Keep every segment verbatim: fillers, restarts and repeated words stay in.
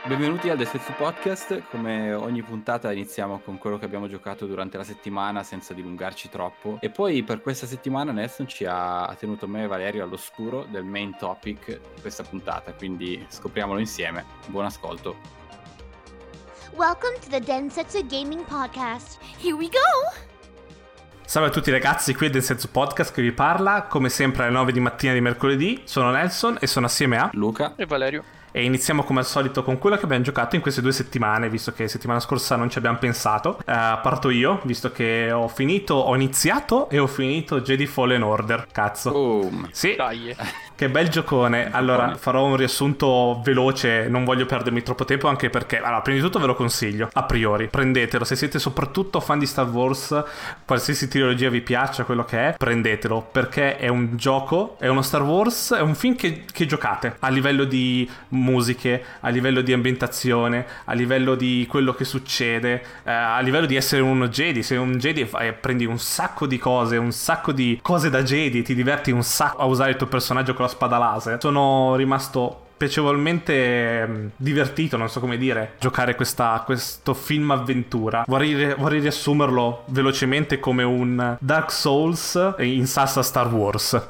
Benvenuti al Desetsu Podcast. Come ogni puntata iniziamo con quello che abbiamo giocato durante la settimana senza dilungarci troppo, e poi per questa settimana Nelson ci ha tenuto me e Valerio all'oscuro del main topic di questa puntata, quindi scopriamolo insieme. Buon ascolto. Welcome to the Densetsu Gaming Podcast. Here we go! Salve a tutti ragazzi, qui è Densetsu Podcast che vi parla, come sempre alle nove di mattina di mercoledì. Sono Nelson e sono assieme a Luca e Valerio. E iniziamo come al solito con quello che abbiamo giocato in queste due settimane, visto che settimana scorsa non ci abbiamo pensato. Uh, parto io, visto che ho finito, ho iniziato e ho finito Jedi Fallen Order. Cazzo. Boom. Sì. Dai. Che bel giocone. Allora, farò un riassunto veloce, non voglio perdermi troppo tempo, anche perché, allora, prima di tutto ve lo consiglio, a priori. Prendetelo, se siete soprattutto fan di Star Wars, qualsiasi trilogia vi piaccia, quello che è, prendetelo, perché è un gioco, è uno Star Wars, è un film che, che giocate, a livello di musiche, a livello di ambientazione, a livello di quello che succede, eh, a livello di essere uno Jedi. Sei un Jedi e prendi un sacco di cose, un sacco di cose da Jedi, ti diverti un sacco a usare il tuo personaggio con la spada laser. Sono rimasto piacevolmente divertito, non so come dire, giocare questa, questo film avventura. Vorrei, vorrei riassumerlo velocemente come un Dark Souls in salsa Star Wars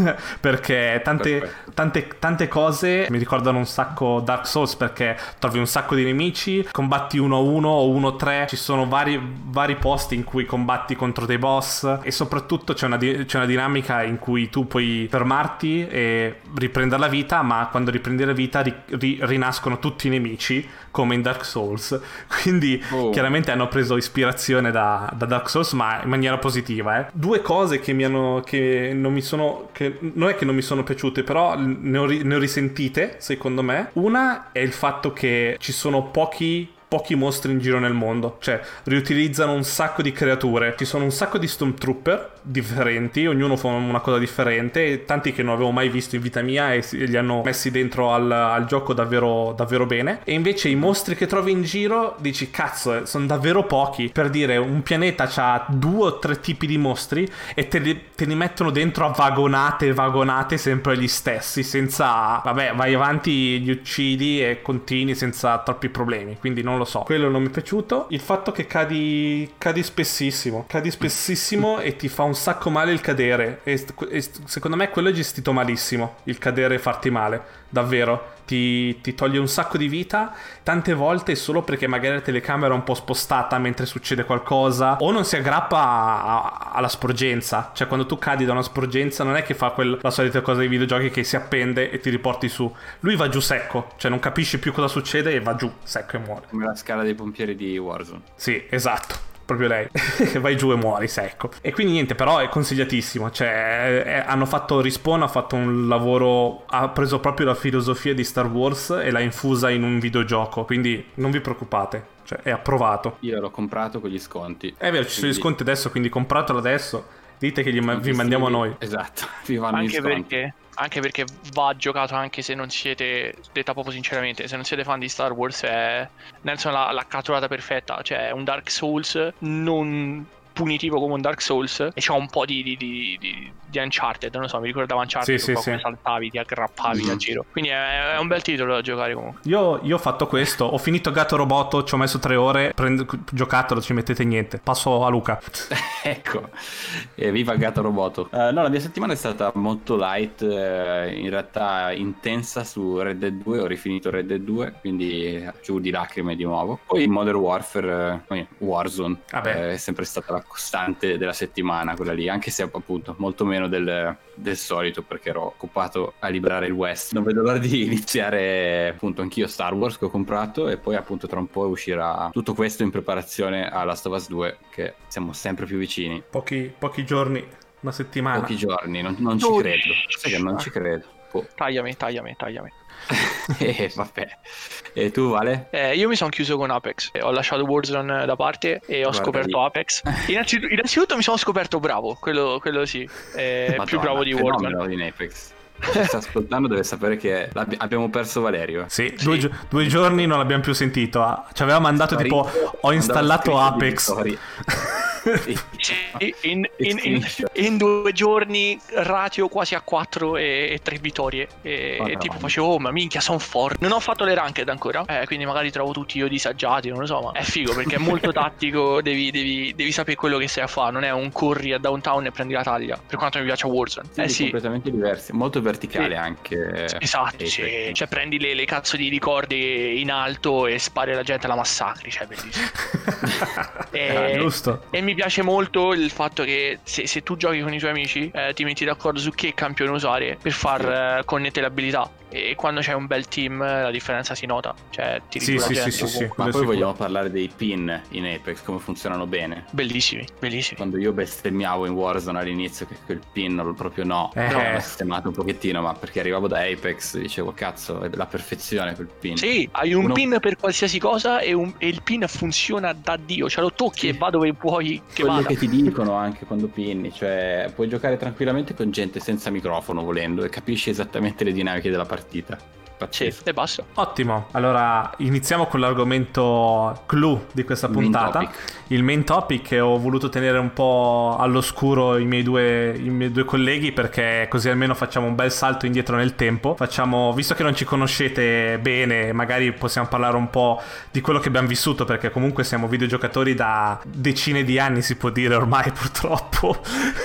perché tante, tante, tante cose mi ricordano un sacco Dark Souls, perché trovi un sacco di nemici, combatti uno a uno o uno a tre, ci sono vari, vari posti in cui combatti contro dei boss, e soprattutto c'è una, c'è una dinamica in cui tu puoi fermarti e riprendere la vita, ma quando riprendi la vita ri, ri, rinascono tutti i nemici come in Dark Souls. Quindi oh. chiaramente hanno preso ispirazione da, da Dark Souls, ma in maniera positiva, eh. Due cose che mi hanno che non mi sono che non è che non mi sono piaciute, però ne ho, ne ho risentite secondo me. Una è il fatto che ci sono pochi pochi mostri in giro nel mondo, cioè riutilizzano un sacco di creature, ci sono un sacco di Stormtrooper differenti, ognuno fa una cosa differente, tanti che non avevo mai visto in vita mia e li hanno messi dentro al, al gioco davvero davvero bene. E invece i mostri che trovi in giro dici cazzo, sono davvero pochi. Per dire, un pianeta c'ha due o tre tipi di mostri e te li, te li mettono dentro a vagonate e vagonate, sempre gli stessi, senza vabbè vai avanti, li uccidi e continui senza troppi problemi, quindi non lo so, quello non mi è piaciuto. Il fatto che cadi cadi spessissimo cadi spessissimo e ti fa un sacco male il cadere, e, e secondo me quello è gestito malissimo, il cadere e farti male, davvero ti, ti toglie un sacco di vita tante volte solo perché magari la telecamera è un po' spostata mentre succede qualcosa, o non si aggrappa a, a, alla sporgenza. Cioè quando tu cadi da una sporgenza non è che fa quel, la solita cosa dei videogiochi che si appende e ti riporti su, lui va giù secco, cioè non capisci più cosa succede e va giù secco e muore, come la scala dei pompieri di Warzone. Sì, esatto, proprio lei. Vai giù e muori secco. E quindi niente, però è consigliatissimo, cioè è, hanno fatto, Respawn ha fatto un lavoro, ha preso proprio la filosofia di Star Wars e l'ha infusa in un videogioco, quindi non vi preoccupate, cioè è approvato. Io l'ho comprato con gli sconti. È vero, ci sono quindi... gli sconti adesso, quindi compratelo adesso, dite che gli ma- vi mandiamo noi. Esatto, vi vanno anche gli sconti. perché Anche perché va giocato, anche se non siete, detta proprio sinceramente, se non siete fan di Star Wars, è Nelson l'ha, l'ha catturata perfetta. Cioè è un Dark Souls non punitivo come un Dark Souls, e c'ha un po' di, di, di, di, di Uncharted, non lo so, mi ricordava Uncharted, sì, un po' sì, come sì. saltavi, ti aggrappavi mm. a giro. Quindi è, è un bel titolo da giocare comunque. Io, io ho fatto questo, ho finito Gato Roboto, ci ho messo tre ore, prendo, giocatelo, ci mettete niente. Passo a Luca. Ecco, e viva Gato Roboto. Uh, no, la mia settimana è stata molto light, uh, in realtà intensa su Red Dead due, ho rifinito Red Dead due, quindi giù di lacrime di nuovo. Poi Modern Warfare, uh, Warzone, uh, è sempre stata la costante della settimana quella lì, anche se appunto molto meno del, del solito, perché ero occupato a liberare il West. Non vedo l'ora di iniziare appunto anch'io Star Wars, che ho comprato, e poi appunto tra un po' uscirà tutto questo in preparazione a Last of Us due, che siamo sempre più vicini. Pochi, pochi giorni, una settimana. Pochi giorni, non, non ci credo. Sai che non ci credo. Oh. Tagliami, tagliami, tagliami. eh, vabbè. E tu, Vale? Eh, io mi sono chiuso con Apex, ho lasciato Warzone da parte e ho Guarda scoperto lì. Apex. Innanzitutto, innanzitutto mi sono scoperto bravo, quello, quello sì, eh, Madonna, più bravo di Warzone. In Apex. Chi sta ascoltando deve sapere che abbiamo perso Valerio. Sì, Sì. Due, due giorni non l'abbiamo più sentito. Ci aveva mandato Sparito, tipo ho installato Apex. in, in, in, in due giorni ratio quasi a quattro e, e tre vittorie e, oh, e no. tipo facevo oh ma minchia sono forte, non ho fatto le ranked ancora eh, quindi magari trovo tutti io disagiati, non lo so, ma è figo perché è molto tattico, devi, devi, devi sapere quello che stai a fare, non è un corri a downtown e prendi la taglia, per quanto mi piace Warzone. Sì, eh sì, completamente diversi, molto verticale sì. anche. Esatto, sì. Cioè prendi le, le cazzo di ricordi in alto e spari la gente, la massacri, cioè bellissimo. e, giusto. E mi piace molto il fatto che se, se tu giochi con i tuoi amici eh, ti metti d'accordo su che campione usare per far sì. eh, connettere l'abilità. E quando c'è un bel team la differenza si nota, cioè ti sì, sì, sì, sì, sì. Ma poi vogliamo parlare dei pin in Apex, come funzionano bene. Bellissimi, bellissimi. Quando io bestemmiavo in Warzone all'inizio che quel pin non proprio no, eh. però l'ho sistemato un pochettino, ma perché arrivavo da Apex dicevo cazzo è la perfezione quel pin. Sì, hai un Uno... pin per qualsiasi cosa e, un... e il pin funziona da Dio, cioè lo tocchi sì. e va dove puoi che quello vada. Che ti dicono anche quando pinni, cioè puoi giocare tranquillamente con gente senza microfono volendo e capisci esattamente le dinamiche della partita. Sì, e basta. Ottimo, allora iniziamo con l'argomento clou di questa puntata, main il main topic, che ho voluto tenere un po' all'oscuro i miei due, i miei due colleghi, perché così almeno facciamo un bel salto indietro nel tempo. Facciamo, visto che non ci conoscete bene, magari possiamo parlare un po' di quello che abbiamo vissuto, perché comunque siamo videogiocatori da decine di anni, si può dire ormai purtroppo.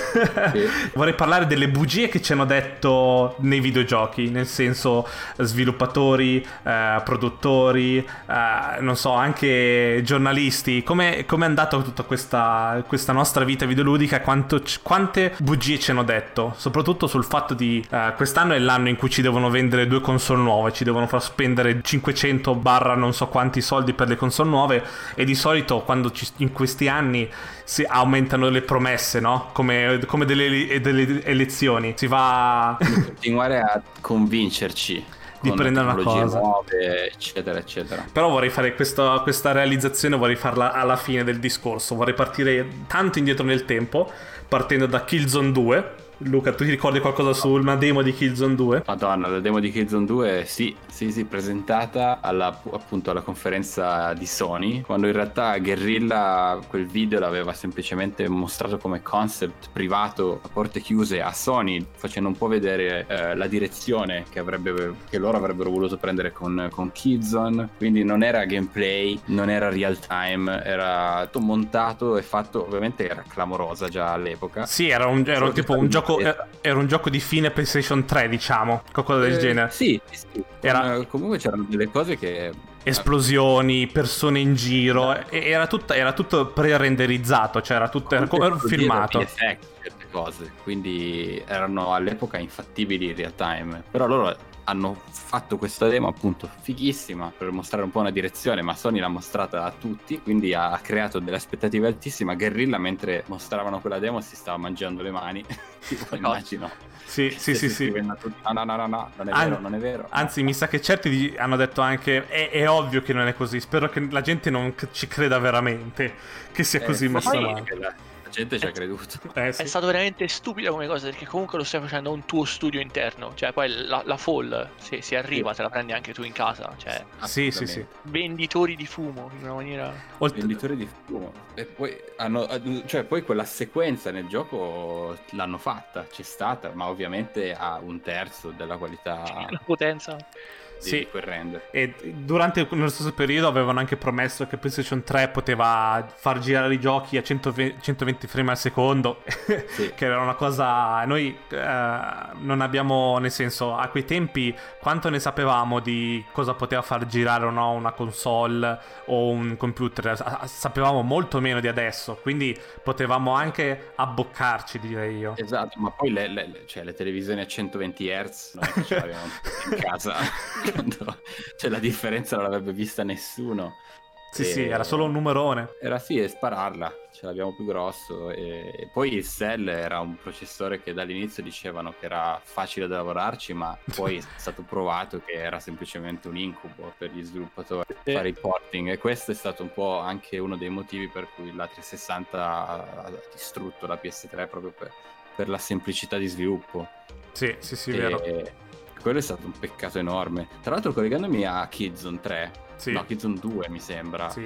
Sì. Vorrei parlare delle bugie che ci hanno detto nei videogiochi, nel senso sviluppatori, eh, produttori, eh, non so, anche giornalisti. Come è andata tutta questa, questa nostra vita videoludica? Quanto, quante bugie ci hanno detto? Soprattutto sul fatto di eh, quest'anno è l'anno in cui ci devono vendere due console nuove, ci devono far spendere cinquecento barra non so quanti soldi per le console nuove, e di solito quando ci, in questi anni si aumentano le promesse, no? Come, come delle, delle elezioni, si va a continuare a convincerci di prendere una cosa nuove, eccetera eccetera. Però vorrei fare questa, questa realizzazione, vorrei farla alla fine del discorso, vorrei partire tanto indietro nel tempo, partendo da Killzone due. Luca, tu ti ricordi qualcosa su una demo di Killzone due? Madonna, la demo di Killzone due sì, sì, sì, presentata alla, appunto alla conferenza di Sony, quando in realtà Guerrilla quel video l'aveva semplicemente mostrato come concept privato a porte chiuse a Sony, facendo un po' vedere eh, la direzione che, avrebbe, che loro avrebbero voluto prendere con, con Killzone. Quindi non era gameplay, non era real time, era tutto montato e fatto, ovviamente era clamorosa già all'epoca. Sì, era un, era un tipo un gioco era un gioco di fine PlayStation tre, diciamo, qualcosa del eh, genere. Sì, sì. Era... Con, comunque c'erano delle cose che... esplosioni, persone in giro, no. era, tutta, era tutto pre-renderizzato, cioè era tutto era come filmato. P F X, certe cose, quindi erano all'epoca infattibili in real time. Però loro hanno fatto questa demo appunto fighissima per mostrare un po' una direzione, ma Sony l'ha mostrata a tutti, quindi ha creato delle aspettative altissime. Guerrilla mentre mostravano quella demo si stava mangiando le mani, tipo, immagino. Sì, sì, sì, sì. No, no, no, no, no, non è An- vero, non è vero. Anzi, mi sa che certi hanno detto anche è, è ovvio che non è così, spero che la gente non ci creda veramente che sia così eh, messa male. La gente ci ha creduto. Eh, sì. È stato veramente stupido come cosa, perché comunque lo stai facendo a un tuo studio interno. Cioè poi la, la Fall, se si arriva, sì. te la prendi anche tu in casa. Cioè, sì, sì, sì. Venditori di fumo in una maniera. Oltre... Venditori di fumo. E poi hanno. Cioè, poi quella sequenza nel gioco l'hanno fatta, c'è stata, ma ovviamente ha un terzo della qualità. La potenza. Sì, e durante lo stesso periodo avevano anche promesso che PlayStation tre poteva far girare i giochi a centoventi frame al secondo, sì. Che era una cosa... Noi eh, non abbiamo, nel senso, a quei tempi quanto ne sapevamo di cosa poteva far girare o no una console o un computer, sapevamo molto meno di adesso, quindi potevamo anche abboccarci, direi io. Esatto, ma poi le, le, cioè, le televisioni a centoventi hertz non è che ce l'abbiamo in casa. Cioè la differenza non l'avrebbe vista nessuno. Sì, e... sì, era solo un numerone. Era sì, e spararla, ce l'abbiamo più grosso. E poi il Cell era un processore che dall'inizio dicevano che era facile da lavorarci, ma poi è stato provato che era semplicemente un incubo per gli sviluppatori sì. fare i porting, e questo è stato un po' anche uno dei motivi per cui la trecentosessanta ha distrutto la P S tre, proprio per, per la semplicità di sviluppo. Sì, sì, sì, e... vero. Quello è stato un peccato enorme. Tra l'altro, collegandomi a Killzone tre, sì. no, Killzone due mi sembra, sì.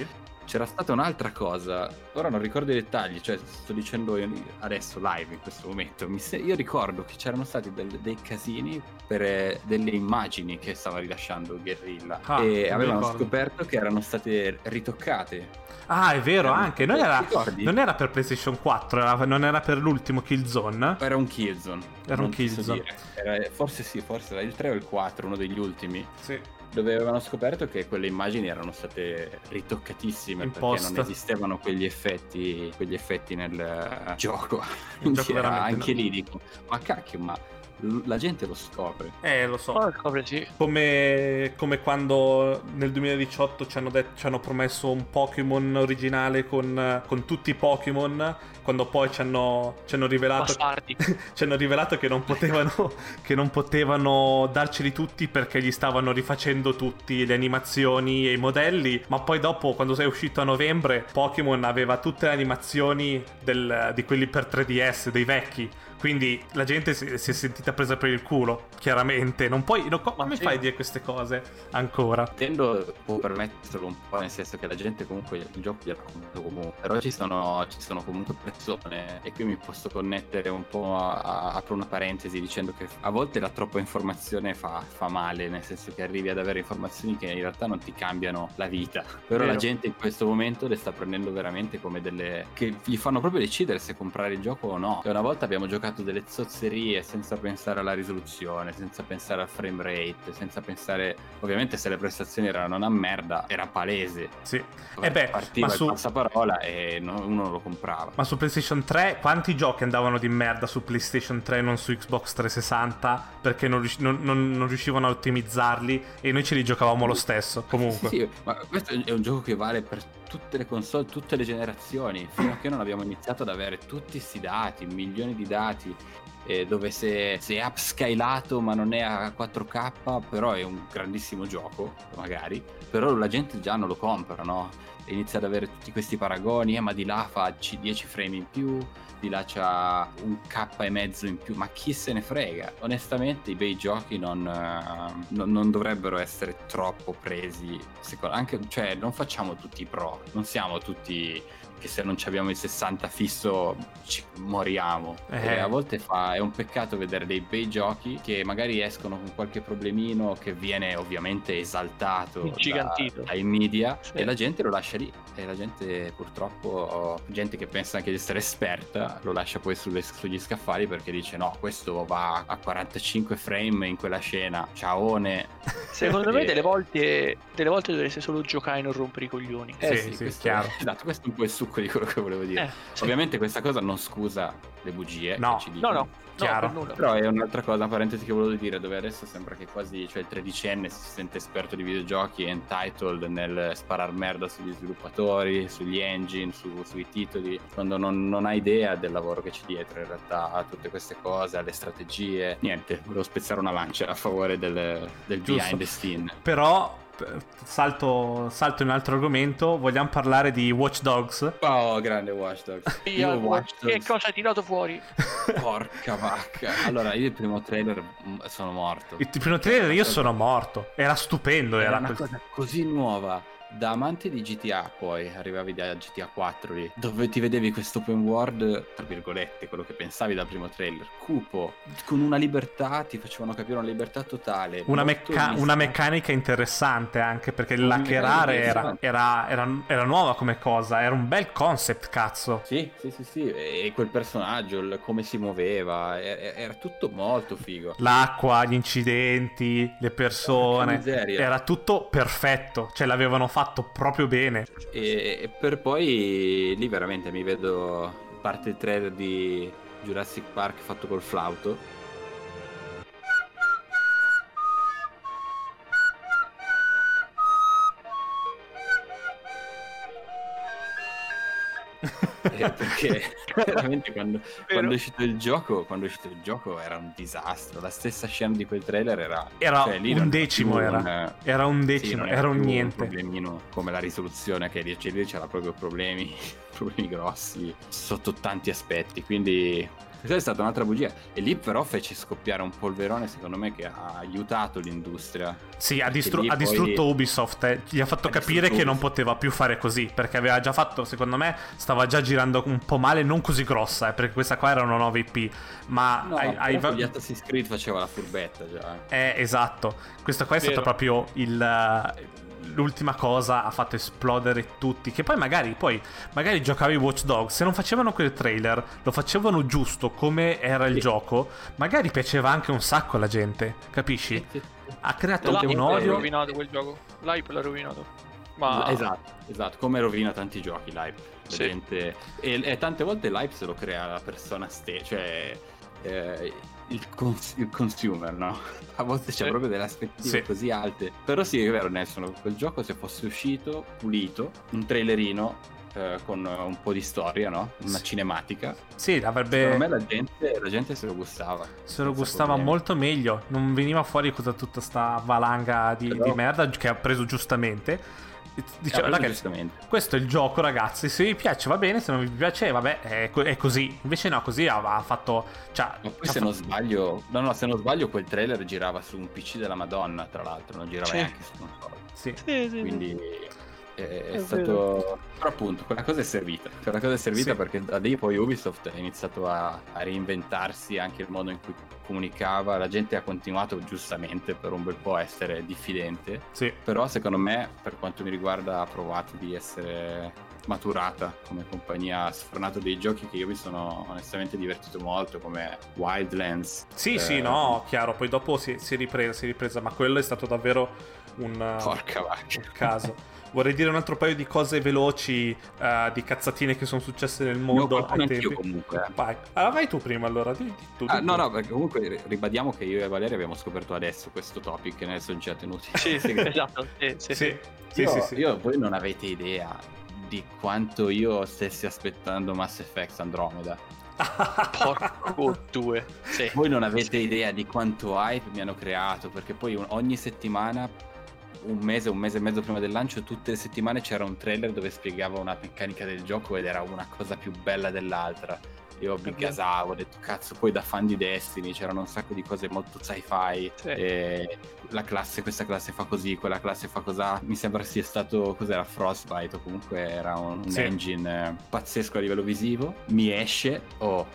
c'era stata un'altra cosa, ora non ricordo i dettagli, cioè sto dicendo adesso live in questo momento, Mi se- io ricordo che c'erano stati del- dei casini per eh, delle immagini che stava rilasciando Guerrilla Ah, e mi avevano ricordo. scoperto che erano state ritoccate. Ah, è vero, Erano- anche. Non era, ricordi? non era per PlayStation quattro, era- non era per l'ultimo Killzone. Era un Killzone. Era non un ti so Killzone. dire. Era- forse sì, forse era il tre o il quattro, uno degli ultimi. Sì. Dove avevano scoperto che quelle immagini erano state ritoccatissime In perché post. non esistevano quegli effetti quegli effetti nel eh, gioco. Il Quindi gioco era veramente anche no. lì dico, ma cacchio, ma l- la gente lo scopre. Eh, lo so. Oh, copre, sì. Come, come quando nel duemiladiciotto ci hanno, det- ci hanno promesso un Pokémon originale con, con tutti i Pokémon, quando poi ci hanno, ci hanno rivelato Bastardi. ci hanno rivelato che non potevano che non potevano darceli tutti perché gli stavano rifacendo tutti le animazioni e i modelli, ma poi dopo, quando sei uscito a novembre, Pokémon aveva tutte le animazioni del- di quelli per tre D S, dei vecchi. Quindi la gente si, si è sentita presa per il culo, chiaramente. Non puoi, no, come Ma sì. fai a dire queste cose ancora? Nintendo può permetterselo un po', nel senso che la gente comunque il gioco gliela compra comunque, però ci sono, ci sono comunque persone, e qui mi posso connettere un po', a, a- apro una parentesi dicendo che a volte la troppa informazione fa, fa male, nel senso che arrivi ad avere informazioni che in realtà non ti cambiano la vita, però Vero. la gente in questo momento le sta prendendo veramente come delle che gli fanno proprio decidere se comprare il gioco o no. E una volta abbiamo giocato delle zozzerie senza pensare alla risoluzione, senza pensare al frame rate, senza pensare, ovviamente se le prestazioni erano una merda era palese. Sì. E beh, partiva ma il su, passaparola e no- uno non lo comprava. ma su PlayStation tre quanti giochi andavano di merda su PlayStation tre e non su Xbox trecentosessanta perché non, riusci- non- non- non riuscivano a ottimizzarli e noi ce li giocavamo lo stesso comunque. Sì, sì, ma questo è un gioco che vale per tutte le console, tutte le generazioni, fino a che non abbiamo iniziato ad avere tutti sti dati, milioni di dati, eh, dove se, se è upscalato ma non è a quattro K, però è un grandissimo gioco, magari, però la gente già non lo compra, no? E inizia ad avere tutti questi paragoni, eh, ma di là fa C dieci frame in più, di là c'ha un K e mezzo in più, ma chi se ne frega? Onestamente i bei giochi non, eh, non, non dovrebbero essere troppo presi, secondo, anche, cioè non facciamo tutti i pro, non siamo tutti che se non ci abbiamo il sessanta fisso ci moriamo. Eh. E a volte fa, è un peccato vedere dei bei giochi che magari escono con qualche problemino che viene ovviamente esaltato da, Ingigantito. dai media, Sì. e la gente lo lascia lì, e la gente purtroppo, gente che pensa anche di essere esperta, lo lascia poi sulle- sugli scaffali perché dice no, questo va a quarantacinque frame in quella scena, ciaone. Secondo me E- delle volte delle volte dovreste solo giocare e non rompere i coglioni. Eh Sì, sì, sì, questo, chiaro. esatto, questo è un po' il succo di quello che volevo dire. Eh, sì. Ovviamente questa cosa non scusa le bugie No. che ci No, dicono. no, Chiaro. no, per nulla. Però è un'altra cosa, una parentesi che volevo dire, dove adesso sembra che quasi, cioè il tredicenne si sente esperto di videogiochi, è entitled nel sparar merda sugli sviluppatori, sugli engine, su- sui titoli, quando non, non ha idea del lavoro che c'è dietro in realtà a tutte queste cose, alle strategie. Niente, volevo spezzare una lancia a favore del, del Giusto. behind the scene. Però p- salto, salto in un altro argomento, vogliamo parlare di Watch Dogs. Oh, grande Watch Dogs. Io, Io Watch che Dogs, cosa hai tirato fuori? porca vacca. Allora, io il primo trailer mm, sono morto. Il primo trailer io sono morto, era stupendo, Era era una quel- cosa così nuova. Da amante di G T A, poi arrivavi da G T A quattro lì, dove ti vedevi questo open world, tra virgolette, quello che pensavi dal primo trailer, cupo, con una libertà, ti facevano capire una libertà totale. Una, molto mecca- vista. una meccanica interessante anche perché il Una laccherare meccanica era, interessante. era, era, era nuova come cosa, era un bel concept, cazzo. Sì, sì, sì, sì, e quel personaggio, il- come si muoveva, e- e- era tutto molto figo. L'acqua, gli incidenti, le persone, Porca miseria. era tutto perfetto, cioè l'avevano fatto proprio bene. E, e per poi lì veramente mi vedo parte il trailer di Jurassic Park fatto col flauto. Eh, perché veramente quando, quando è uscito il gioco quando è uscito il gioco era un disastro, la stessa scena di quel trailer era Era cioè, lì un non decimo, più era. un- Era un sì, decimo, non era un più niente. problemino come la risoluzione, che lì c'era proprio problemi problemi grossi sotto tanti aspetti, quindi Questa è stata un'altra bugia. E lì però fece scoppiare un polverone, secondo me, che ha aiutato l'industria. Sì, ha, distru- ha poi... distrutto Ubisoft, eh. Gli ha fatto ha capire che non Ubisoft. poteva più fare così, perché aveva già fatto, secondo me, stava già girando un po' male, non così grossa, eh, perché questa qua era una nuova I P, ma... No, hai, hai... con gli Assassin's Creed faceva la furbetta già. Eh, esatto. Questa qua è stata Vero. proprio il... l'ultima cosa, ha fatto esplodere tutti. Che poi magari poi magari giocavi Watch Dogs, se non facevano quel trailer, lo facevano giusto come era il Sì. gioco, magari piaceva anche un sacco alla gente, capisci? Sì, sì. Ha creato L'hype un l'ha odio. rovinato quel gioco. L'hype l'ha rovinato. Ma Esatto, esatto, come rovina tanti giochi l'hype. La Sì. gente... e, e tante volte l'hype se lo crea la persona stessa, cioè eh, il, cons- il consumer, no? A volte c'è Sì. proprio delle aspettative Sì. così alte. Però sì, è vero Nelson, quel gioco se fosse uscito, pulito, un trailerino eh, con un po' di storia, no? Una Sì. cinematica. Sì, avrebbe... Secondo me la gente, la gente se lo gustava. Se lo senza gustava problemi. molto meglio. Non veniva fuori cosa tutta sta valanga di, Però- di merda che ha preso giustamente. Diceva, Eh, "Ragazzi, giustamente. questo è il gioco, ragazzi. Se vi piace va bene, se non vi piace, vabbè, è, co- è così." Invece no, così ha, ha fatto. Cioè, Ma poi ha se fa- non sbaglio, no no, se non sbaglio quel trailer girava su un P C della Madonna, tra l'altro, non girava Sì. neanche su console. Sì. Sì, sì, Quindi è, è È stato... Però appunto, quella cosa è servita. Quella cosa è servita Sì. perché da lì poi Ubisoft ha iniziato a, a reinventarsi anche il modo in cui comunicava. La gente ha continuato giustamente per un bel po' a essere diffidente. Sì. Però secondo me, per quanto mi riguarda, ha provato di essere maturata come compagnia, ha sfornato dei giochi che io mi sono onestamente divertito molto, come Wildlands. Sì, Eh, sì, no, chiaro. Poi dopo si, si è ripresa, si è ripresa, ma quello è stato davvero un, Porca vacca. un caso. Vorrei dire un altro paio di cose veloci, eh, di cazzatine che sono successe nel Ne ho mondo qualcuno ai anch'io tempi. comunque. eh. Vai, allora vai tu prima allora, di, di tu. Ah, di no, tu. no, perché comunque ribadiamo che io e Valeria abbiamo scoperto adesso questo topic che ne sono già tenuti. Sì, Sì. esatto. Sì, sì, Sì, sì. sì, io, sì, sì. io- voi non avete idea di quanto io stessi aspettando Mass Effect Andromeda. Porco due. Sì. Voi non avete idea di quanto hype mi hanno creato, perché poi un- ogni settimana, un mese, un mese e mezzo prima del lancio, tutte le settimane c'era un trailer dove spiegava una meccanica del gioco ed era una cosa più bella dell'altra. Io mi gasavo, ho detto cazzo, poi da fan di Destiny c'erano un sacco di cose molto sci-fi, Sì. e la classe, questa classe fa così, quella classe fa cos'ha. Mi sembra sia stato, cos'era, Frostbite o comunque era un, un Sì. engine eh, pazzesco a livello visivo. Mi esce, oh,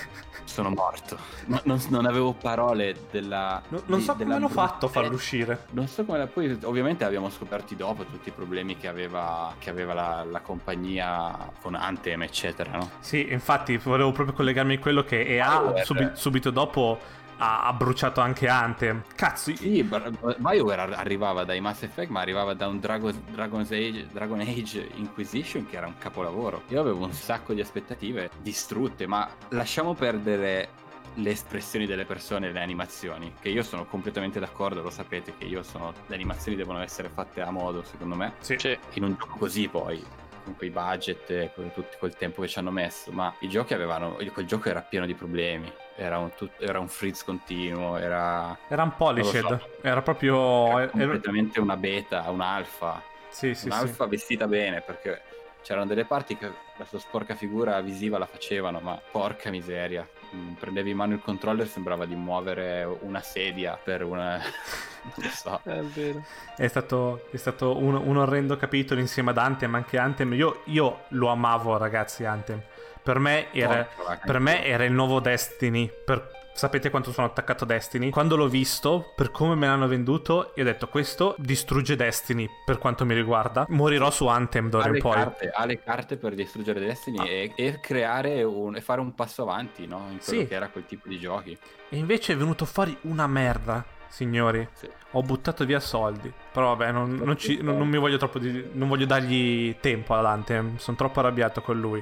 sono morto. No- non, non avevo parole della... No- non di- so come della hanno fatto a bruttezza. farlo uscire. Non so come la... Poi ovviamente abbiamo scoperti dopo tutti i problemi che aveva, che aveva la, la compagnia con Anthem eccetera, no? Sì, infatti volevo proprio collegarmi a quello che E A BioWare. subi- subito dopo ha, ha bruciato anche Anthem. Cazzo, Sì, Bar- BioWare ar- arrivava dai Mass Effect, ma arrivava da un Drago- Dragon's Age, Dragon Age Inquisition che era un capolavoro. Io avevo un sacco di aspettative distrutte, ma lasciamo perdere le espressioni delle persone e le animazioni, che io sono completamente d'accordo, lo sapete che io sono... Le animazioni devono essere fatte a modo, secondo me. sì. Sì. In un gioco così poi, con quei budget e con tutto quel tempo che ci hanno messo, ma i giochi avevano... Quel gioco era pieno di problemi, era un, tut- era un freeze continuo, era... Era un polished, Non lo so. era proprio... era era- completamente una beta, un'alfa. Sì, sì, sì. Un'alfa vestita bene, perché c'erano delle parti che la sua sporca figura visiva la facevano, ma porca miseria. Mm, Prendevi in mano il controller, sembrava di muovere una sedia per una... non lo so. È vero. È stato, è stato un, un orrendo capitolo insieme ad Anthem, anche Anthem. Io, io lo amavo, ragazzi, Anthem. Per me era, Porca vacca, per me anch'io. era il nuovo Destiny. Per- sapete quanto sono attaccato a Destiny? Quando l'ho visto, per come me l'hanno venduto, io ho detto questo distrugge Destiny per quanto mi riguarda. Morirò su Anthem d'ora Ha in le, poi. carte, ha le carte per distruggere Destiny Ah. e, e creare un, e fare un passo avanti, no? In quello Sì. che era quel tipo di giochi. E invece è venuto fuori una merda, signori. Sì. Ho buttato via soldi. Però vabbè, non, non ci- non- non mi voglio troppo di- non voglio dargli tempo ad Anthem. Sono troppo arrabbiato con lui.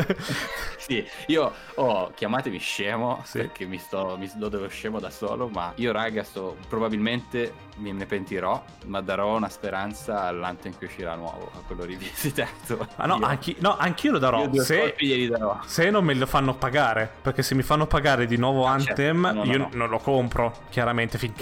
Sì, io oh, chiamatemi scemo Sì. perché mi sto, mi sto dove scemo da solo, ma io raga sto probabilmente me ne pentirò, ma darò una speranza all'Anthem che uscirà nuovo, a quello rivisitato. Ah no, Io- anchi- no, anch'io lo darò. io due Se, colpi glieli darò. se non me lo fanno pagare. Perché se mi fanno pagare di nuovo Ah, certo. Anthem, No, no, io no. non lo compro. Chiaramente, finché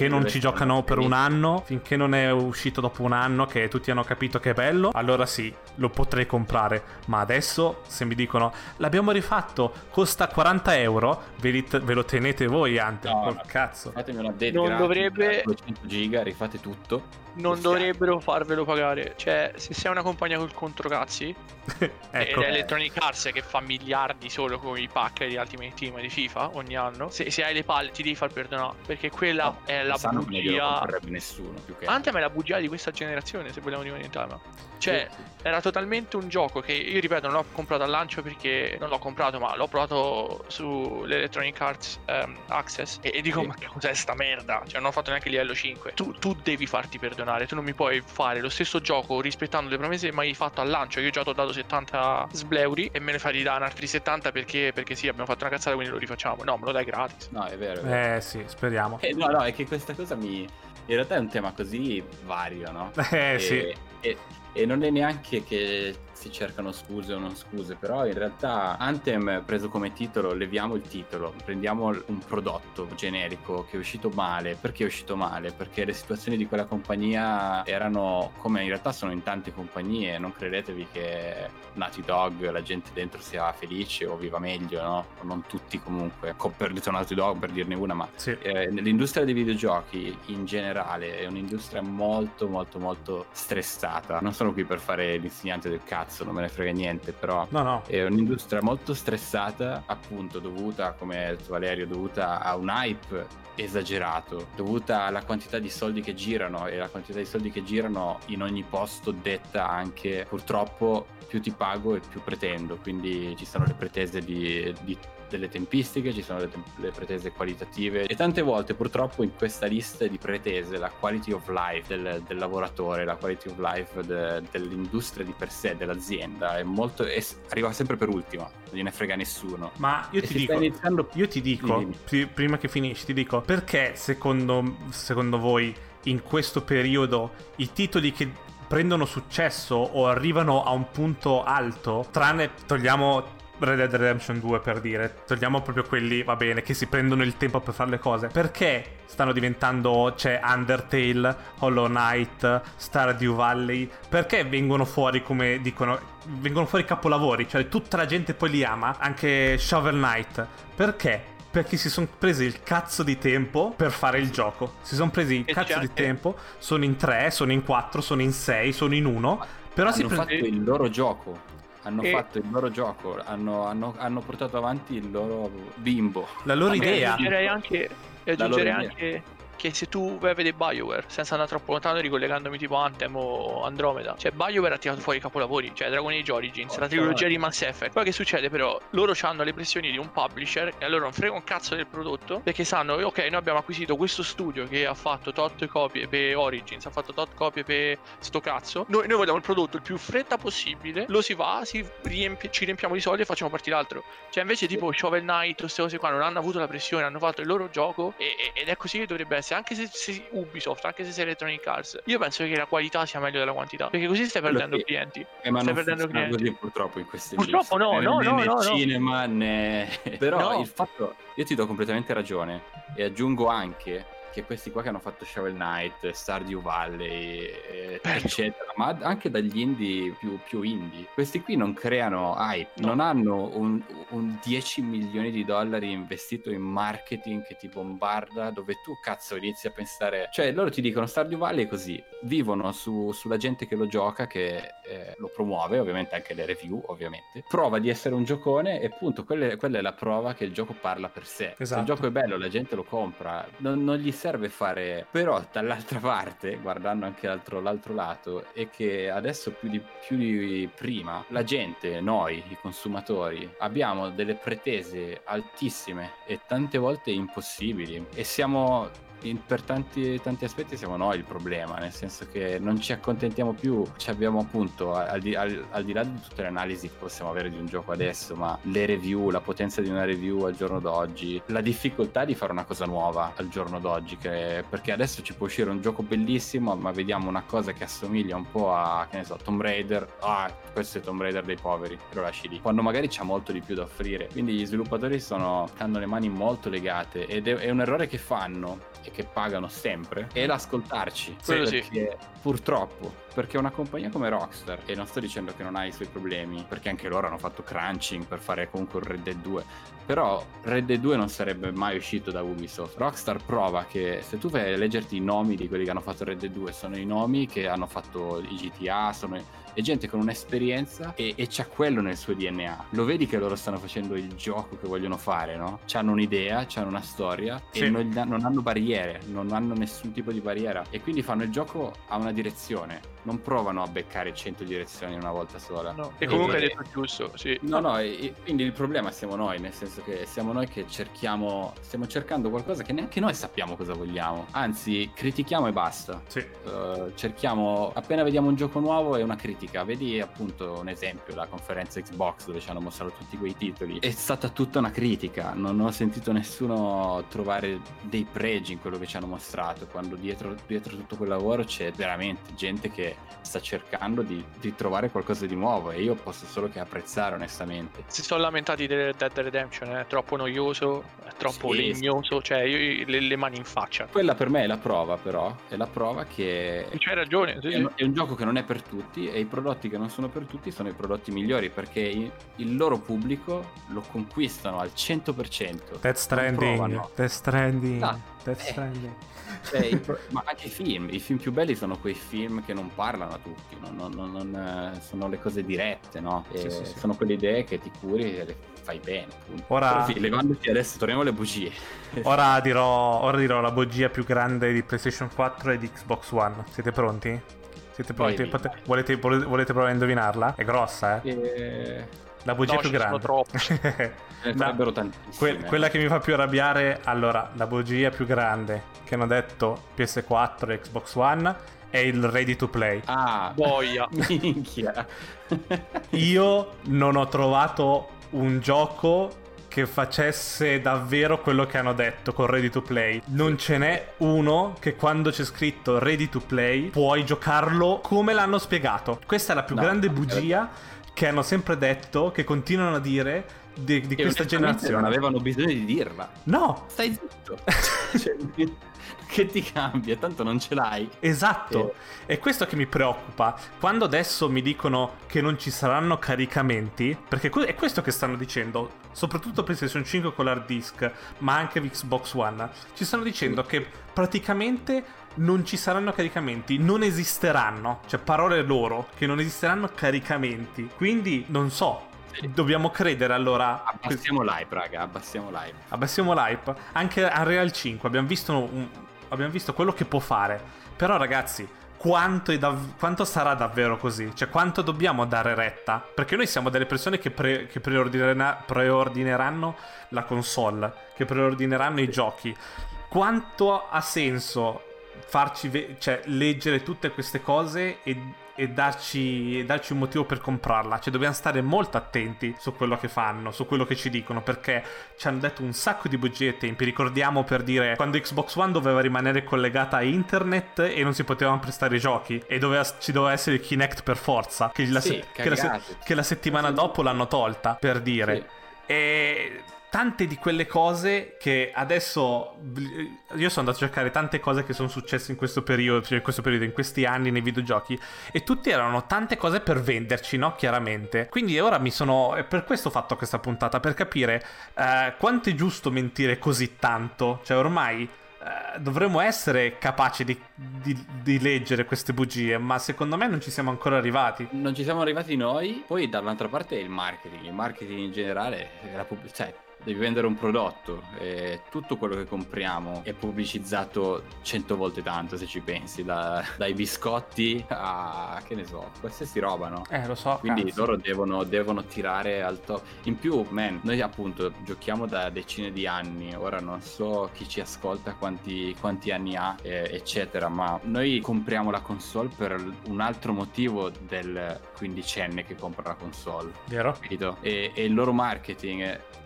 finché non ci giocano per un anno, finché non è uscito dopo un anno che tutti hanno capito che è bello, allora sì, lo potrei comprare. Ma adesso se mi dicono l'abbiamo rifatto, costa quaranta euro, ve, li t- ve lo tenete voi Anthem, no, col no, cazzo. Fatemi una update non gratis, dovrebbe duecento giga, rifate tutto. Non dovrebbero farvelo pagare. Cioè, se sei una compagnia col controcazzi ecco. ed è Electronic Arts che fa miliardi solo con i pack di Ultimate Team di FIFA ogni anno, se, se hai le palle ti devi far perdonare, perché quella no, è la bugia. Nessuno più che Anthem è la bugia di questa generazione, se vogliamo rimanere in tema. Cioè, sì. Era totalmente un gioco che io ripeto non l'ho comprato al lancio perché non l'ho comprato, ma l'ho provato sull'Electronic Arts um, Access e, e dico sì. Ma che cos'è sta merda? Cioè non ho fatto neanche il livello cinque. Tu, tu devi farti perdonare, tu non mi puoi fare lo stesso gioco rispettando le promesse che mi hai fatto al lancio. Io già ti ho dato settanta sbleuri e me ne fai di dare altri settanta perché, perché sì, abbiamo fatto una cazzata, quindi lo rifacciamo. No, me lo dai gratis. No, è vero, è vero. Eh sì, speriamo. Eh, no, no, è che questa cosa mi... In realtà è un tema così vario, no? Eh e, sì. E, e non è neanche che si cercano scuse o non scuse, però in realtà Anthem preso come titolo, leviamo il titolo, prendiamo un prodotto generico che è uscito male. Perché è uscito male? Perché le situazioni di quella compagnia erano come in realtà sono in tante compagnie. Non credetevi che Naughty Dog la gente dentro sia felice o viva meglio, no? Non tutti comunque. Per detto Naughty Dog per dirne una, ma sì. eh, l'industria dei videogiochi in generale è un'industria molto molto molto stressata. Non sono qui per fare l'insegnante del cazzo, non me ne frega niente, però no, no. è un'industria molto stressata, appunto dovuta, come ha detto Valerio, dovuta a un hype esagerato, dovuta alla quantità di soldi che girano, e la quantità di soldi che girano in ogni posto detta anche, purtroppo, più ti pago e più pretendo, quindi ci sono le pretese di, di delle tempistiche, ci sono le, te- le pretese qualitative, e tante volte purtroppo in questa lista di pretese la quality of life del, del lavoratore, la quality of life de- dell'industria di per sé, dell'azienda, è molto è, arriva sempre per ultima, non gliene frega nessuno. Ma io e ti dico iniziando... io ti dico pr- prima che finisci ti dico perché secondo secondo voi in questo periodo i titoli che prendono successo o arrivano a un punto alto, tranne togliamo Red Dead Redemption due per dire, togliamo proprio quelli, va bene, che si prendono il tempo per fare le cose, perché stanno diventando, c'è Undertale, Hollow Knight, Stardew Valley, perché vengono fuori, come dicono, vengono fuori capolavori, cioè tutta la gente poi li ama, anche Shovel Knight, perché? Perché si sono presi il cazzo di tempo per fare il gioco, si sono presi il cazzo di tempo, sono in tre, sono in quattro, sono in sei, sono in uno, però hanno si fatto pre- il loro gioco. Hanno e... fatto il loro gioco, hanno, hanno, hanno portato avanti il loro bimbo. La loro Vabbè, idea. Aggiungerei anche, aggiungerei anche che se tu vai a vedere BioWare, senza andare troppo lontano, ricollegandomi tipo Anthem o Andromeda, cioè BioWare ha tirato fuori i capolavori, cioè Dragon Age Origins, oh, la trilogia di Mass Effect. Poi che succede però? Loro hanno le pressioni di un publisher e allora non frega un cazzo del prodotto, perché sanno, ok, noi abbiamo acquisito questo studio che ha fatto tot copie per Origins, ha fatto tot copie per sto cazzo, noi, noi vogliamo il prodotto il più fretta possibile, lo si va, si riempie, ci riempiamo di soldi e facciamo partire l'altro. Cioè invece tipo Shovel Knight, queste cose qua non hanno avuto la pressione, hanno fatto il loro gioco e, ed è così che dovrebbe essere, anche se, se Ubisoft, anche se sei Electronic Arts. Io penso che la qualità sia meglio della quantità, perché così stai perdendo che, clienti. Eh, ma stai non perdendo clienti così purtroppo in queste purtroppo no, no, né no, nel no, cinema no. né però no. il fatto, io ti do completamente ragione e aggiungo anche che questi qua che hanno fatto Shovel Knight, Stardew Valley eh, eccetera, ma anche dagli indie più, più indie, questi qui non creano hype, no. non hanno un, un dieci milioni di dollari investito in marketing che ti bombarda, dove tu cazzo inizi a pensare, cioè loro ti dicono Stardew Valley è così, vivono su, sulla gente che lo gioca, che eh, lo promuove, ovviamente anche le review, ovviamente prova di essere un giocone e appunto quella, quella è la prova che il gioco parla per sé. Esatto. Se il gioco è bello la gente lo compra, non, non gli serve fare. Però dall'altra parte, guardando anche l'altro, l'altro lato, è che adesso più di, più di prima la gente, noi i consumatori, abbiamo delle pretese altissime e tante volte impossibili e siamo in, per tanti, tanti aspetti siamo noi il problema, nel senso che non ci accontentiamo più, ci abbiamo appunto al di, al, al di là di tutte le analisi che possiamo avere di un gioco adesso, ma le review, la potenza di una review al giorno d'oggi, la difficoltà di fare una cosa nuova al giorno d'oggi, che, perché adesso ci può uscire un gioco bellissimo ma vediamo una cosa che assomiglia un po' a, che ne so, Tomb Raider, ah questo è Tomb Raider dei poveri, lo lasci lì, quando magari c'ha molto di più da offrire. Quindi gli sviluppatori sono, hanno le mani molto legate ed è, è un errore che fanno e che pagano sempre è l'ascoltarci. Quello sì. Perché purtroppo, perché una compagnia come Rockstar, e non sto dicendo che non ha i suoi problemi, perché anche loro hanno fatto crunching per fare comunque Red Dead due, però Red Dead due non sarebbe mai uscito da Ubisoft. Rockstar prova che se tu vai a leggerti i nomi di quelli che hanno fatto Red Dead due, sono i nomi che hanno fatto i G T A, sono è gente con un'esperienza e, e c'ha quello nel suo D N A. Lo vedi che loro stanno facendo il gioco che vogliono fare, no? C'hanno un'idea, c'hanno una storia sì. e non, non hanno barriere, non hanno nessun tipo di barriera e quindi fanno il gioco a una direzione, non provano a beccare cento direzioni una volta sola. No. E comunque hai detto giusto, sì. No, no, e, e quindi il problema siamo noi, nel senso che siamo noi che cerchiamo, stiamo cercando qualcosa che neanche noi sappiamo cosa vogliamo, anzi critichiamo e basta. Sì. Uh, cerchiamo, appena vediamo un gioco nuovo è una critica. Vedi appunto un esempio, la conferenza Xbox dove ci hanno mostrato tutti quei titoli, è stata tutta una critica, non ho sentito nessuno trovare dei pregi in quello che ci hanno mostrato, quando dietro, dietro tutto quel lavoro c'è veramente gente che sta cercando di, di trovare qualcosa di nuovo e io posso solo che apprezzare onestamente. Si sono lamentati di Red Dead Redemption, è troppo noioso, è troppo sì, legnoso, cioè io, le, le mani in faccia. Quella per me è la prova, però è la prova che c'hai ragione, sì, è, sì. è un gioco che non è per tutti e i prodotti che non sono per tutti sono i prodotti migliori perché il loro pubblico lo conquistano al cento per cento. Death Stranding, Death Stranding, ah, Death eh. Stranding. Cioè, pro- ma anche i film, i film più belli sono quei film che non parlano a tutti, no? non, non, non, sono le cose dirette, no? E sì, sì, sì. Sono quelle idee che ti curi e le fai bene. Appunto. Ora, Però, levandoci adesso, torniamo alle bugie. Ora dirò, ora dirò la bugia più grande di PlayStation quattro e di Xbox One. Siete pronti? Siete pronti? Poi, Pote- volete, volete, volete provare a indovinarla? È grossa, eh? E... La bugia no, più grande. Troppo. Ne farebbero tantissime. Que- quella che mi fa più arrabbiare, allora, la bugia più grande che hanno detto P S quattro e Xbox One è il ready to play. Ah, boia. Minchia. Io non ho trovato un gioco che facesse davvero quello che hanno detto con ready to play. Non ce n'è uno che quando c'è scritto ready to play puoi giocarlo come l'hanno spiegato. Questa è la più no, grande bugia che hanno sempre detto, che continuano a dire di, di questa generazione. Non avevano bisogno di dirla. No. Stai zitto. Cioè, che ti cambia, tanto non ce l'hai. Esatto. E... è questo che mi preoccupa. Quando adesso mi dicono che non ci saranno caricamenti, perché è questo che stanno dicendo, soprattutto PlayStation cinque con l'hard disk, ma anche Xbox One, ci stanno dicendo sì. che praticamente non ci saranno caricamenti, non esisteranno, cioè parole loro, che non esisteranno caricamenti. Quindi non so, sì. dobbiamo credere allora. Abbassiamo l'hype, raga, abbassiamo l'hype. Abbassiamo l'hype. Anche Unreal cinque abbiamo visto un, abbiamo visto quello che può fare. Però ragazzi, quanto, è dav- quanto sarà davvero così? Cioè quanto dobbiamo dare retta? Perché noi siamo delle persone che, pre- che preordinera- preordineranno la console, che preordineranno i giochi. Quanto ha senso farci ve- cioè leggere tutte queste cose e, e darci, e darci un motivo per comprarla? Cioè dobbiamo stare molto attenti su quello che fanno, su quello che ci dicono, perché ci hanno detto un sacco di bugie ai tempi. Ricordiamo, per dire, quando Xbox One doveva rimanere collegata a internet e non si potevano prestare i giochi e doveva, ci doveva essere il Kinect per forza, che la, sì, se- che la, se- che la settimana dopo l'hanno tolta, per dire. Sì. E tante di quelle cose che adesso io sono andato a cercare tante cose che sono successe in questo periodo, cioè in questo periodo, in questi anni nei videogiochi, e tutti erano tante cose per venderci, no? Chiaramente. Quindi ora mi sono, e per questo ho fatto questa puntata, per capire eh, quanto è giusto mentire così tanto. Cioè ormai Uh, dovremmo essere capaci di, di, di leggere queste bugie, ma secondo me non ci siamo ancora arrivati. Non ci siamo arrivati noi. Poi dall'altra parte è il marketing. Il marketing in generale è la pub- cioè devi vendere un prodotto e tutto quello che compriamo è pubblicizzato cento volte tanto, se ci pensi, da, dai biscotti a, che ne so, qualsiasi roba, no? Eh, lo so. Quindi cazzo. loro devono, devono tirare al top. In più, man, noi appunto giochiamo da decine di anni. Ora non so chi ci ascolta quanti, quanti anni ha, eh, eccetera, ma noi compriamo la console per un altro motivo del quindicenne che compra la console. Vero? Capito? E, e il loro marketing è,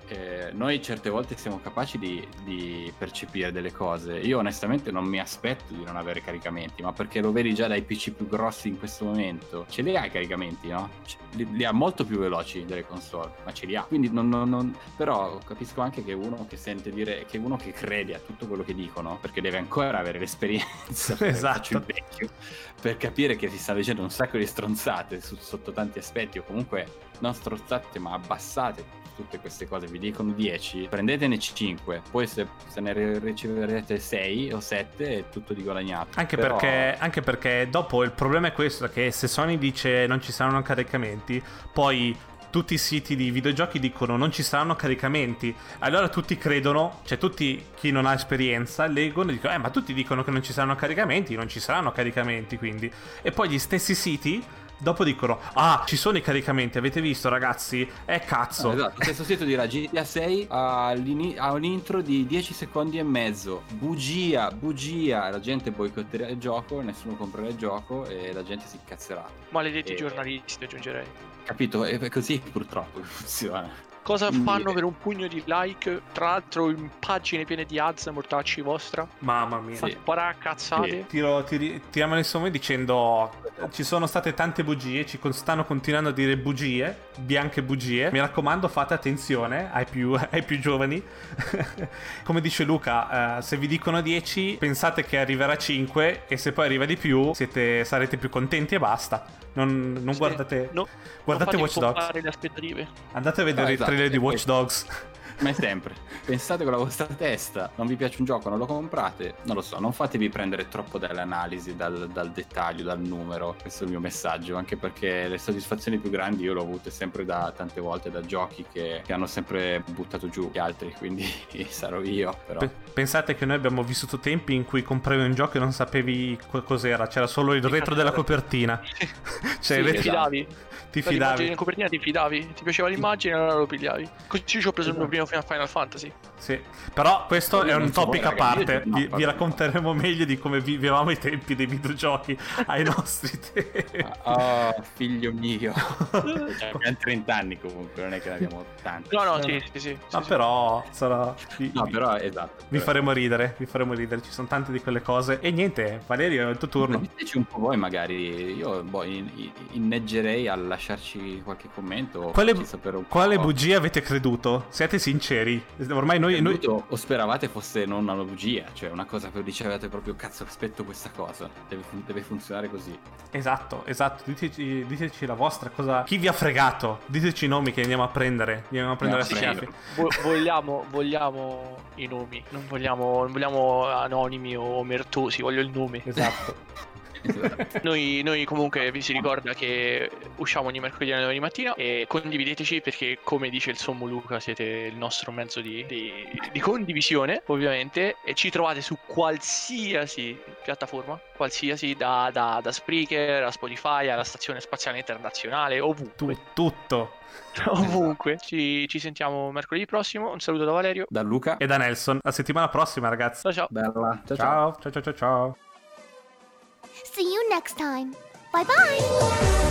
eh, noi certe volte siamo capaci di, di percepire delle cose. Io onestamente non mi aspetto di non avere caricamenti, ma perché lo vedi già dai P C più grossi in questo momento, ce li ha i caricamenti, no? Li, li ha molto più veloci delle console, ma ce li ha. Quindi non, non, non... però capisco anche che uno che sente dire, che uno che crede a tutto quello che dicono, perché deve ancora avere l'esperienza, esatto, il vecchio, per capire che si sta dicendo un sacco di stronzate su, sotto tanti aspetti, o comunque non stronzate ma abbassate tutte queste cose. Vi dicono dieci, prendetene cinque, poi se, se ne riceverete sei o sette è tutto di guadagnato. Anche, Però... perché, anche perché dopo il problema è questo, che se Sony dice non ci saranno caricamenti, poi tutti i siti di videogiochi dicono non ci saranno caricamenti, allora tutti credono, cioè tutti chi non ha esperienza leggono e dicono eh ma tutti dicono che non ci saranno caricamenti, non ci saranno caricamenti quindi, e poi gli stessi siti dopo dicono ah ci sono i caricamenti, avete visto ragazzi? Eh cazzo, no, esatto. Questo sito dirà G T A sei ha, ha un intro di dieci secondi e mezzo, bugia, bugia, la gente boicotterà il gioco, nessuno comprerà il gioco e la gente si incazzerà. Maledetti e... giornalisti, aggiungerei. Capito? È così purtroppo funziona. Cosa fanno per un pugno di like? Tra l'altro in pagine piene di ads, mortacci vostra. Mamma mia. Sì. Parà cazzate. Sì. Tiro, tiri, tiriamo nel sommo dicendo ci sono state tante bugie, ci con, stanno continuando a dire bugie, bianche bugie. Mi raccomando, fate attenzione ai più, ai più giovani. Come dice Luca, uh, se vi dicono dieci, pensate che arriverà cinque e se poi arriva di più siete, sarete più contenti e basta. Non, non sì. guardate, no, guardate non Watch Dogs. le aspettative. Andate a vedere no, il esatto, trailer di Watch Dogs. Ma è sempre, pensate con la vostra testa, non vi piace un gioco, non lo comprate, non lo so, non fatevi prendere troppo dall'analisi, dal, dal dettaglio, dal numero. Questo è il mio messaggio, anche perché le soddisfazioni più grandi io le ho avute sempre da tante volte da giochi che, che hanno sempre buttato giù gli altri, quindi sarò io però. P- pensate che noi abbiamo vissuto tempi in cui compravi un gioco e non sapevi co- cos'era, c'era solo il retro della copertina. Cioè, sì, il retro... fidavi. Ti fidavi in copertina, ti fidavi, ti piaceva l'immagine e allora lo pigliavi. Così ci ho preso il mio primo Final Fantasy. Sì, però questo è un topic a parte. Vi, vi racconteremo meglio di come vivevamo i tempi dei videogiochi ai nostri tempi. Oh, figlio mio. Cioè, abbiamo trenta anni comunque, non è che ne abbiamo tanti. No, no, sì, sì, sì. No, sì, però sarà... No, però esatto. Vi però... faremo ridere, vi faremo ridere, ci sono tante di quelle cose. E niente, Valerio, è il tuo turno. Diteci un po' voi magari, io boh, in, in, inneggerei a lasciarci qualche commento. Quale, un quale po'. bugia avete creduto? Siete sinceri. Ormai noi... noi... O speravate fosse non una bugia, cioè una cosa che dicevate proprio cazzo aspetto questa cosa, deve, fun- deve funzionare così. Esatto, esatto, diteci, diteci la vostra cosa, chi vi ha fregato, diteci i nomi che andiamo a prendere, andiamo a prendere no, a schiaffi. Vo- vogliamo, vogliamo i nomi, non vogliamo, non vogliamo anonimi o omertosi, voglio il nome. Esatto. noi, noi comunque vi si ricorda che usciamo ogni mercoledì alle nove di mattina e condivideteci perché come dice il sommo Luca siete il nostro mezzo di, di, di condivisione ovviamente e ci trovate su qualsiasi piattaforma, qualsiasi da, da, da Spreaker a Spotify alla Stazione Spaziale Internazionale, ovunque. Tu, tutto. Ovunque. Ci, ci sentiamo mercoledì prossimo. Un saluto da Valerio, da Luca e da Nelson. La settimana prossima ragazzi. Ciao ciao. Bella. Ciao ciao ciao ciao ciao ciao. See you next time. Bye bye.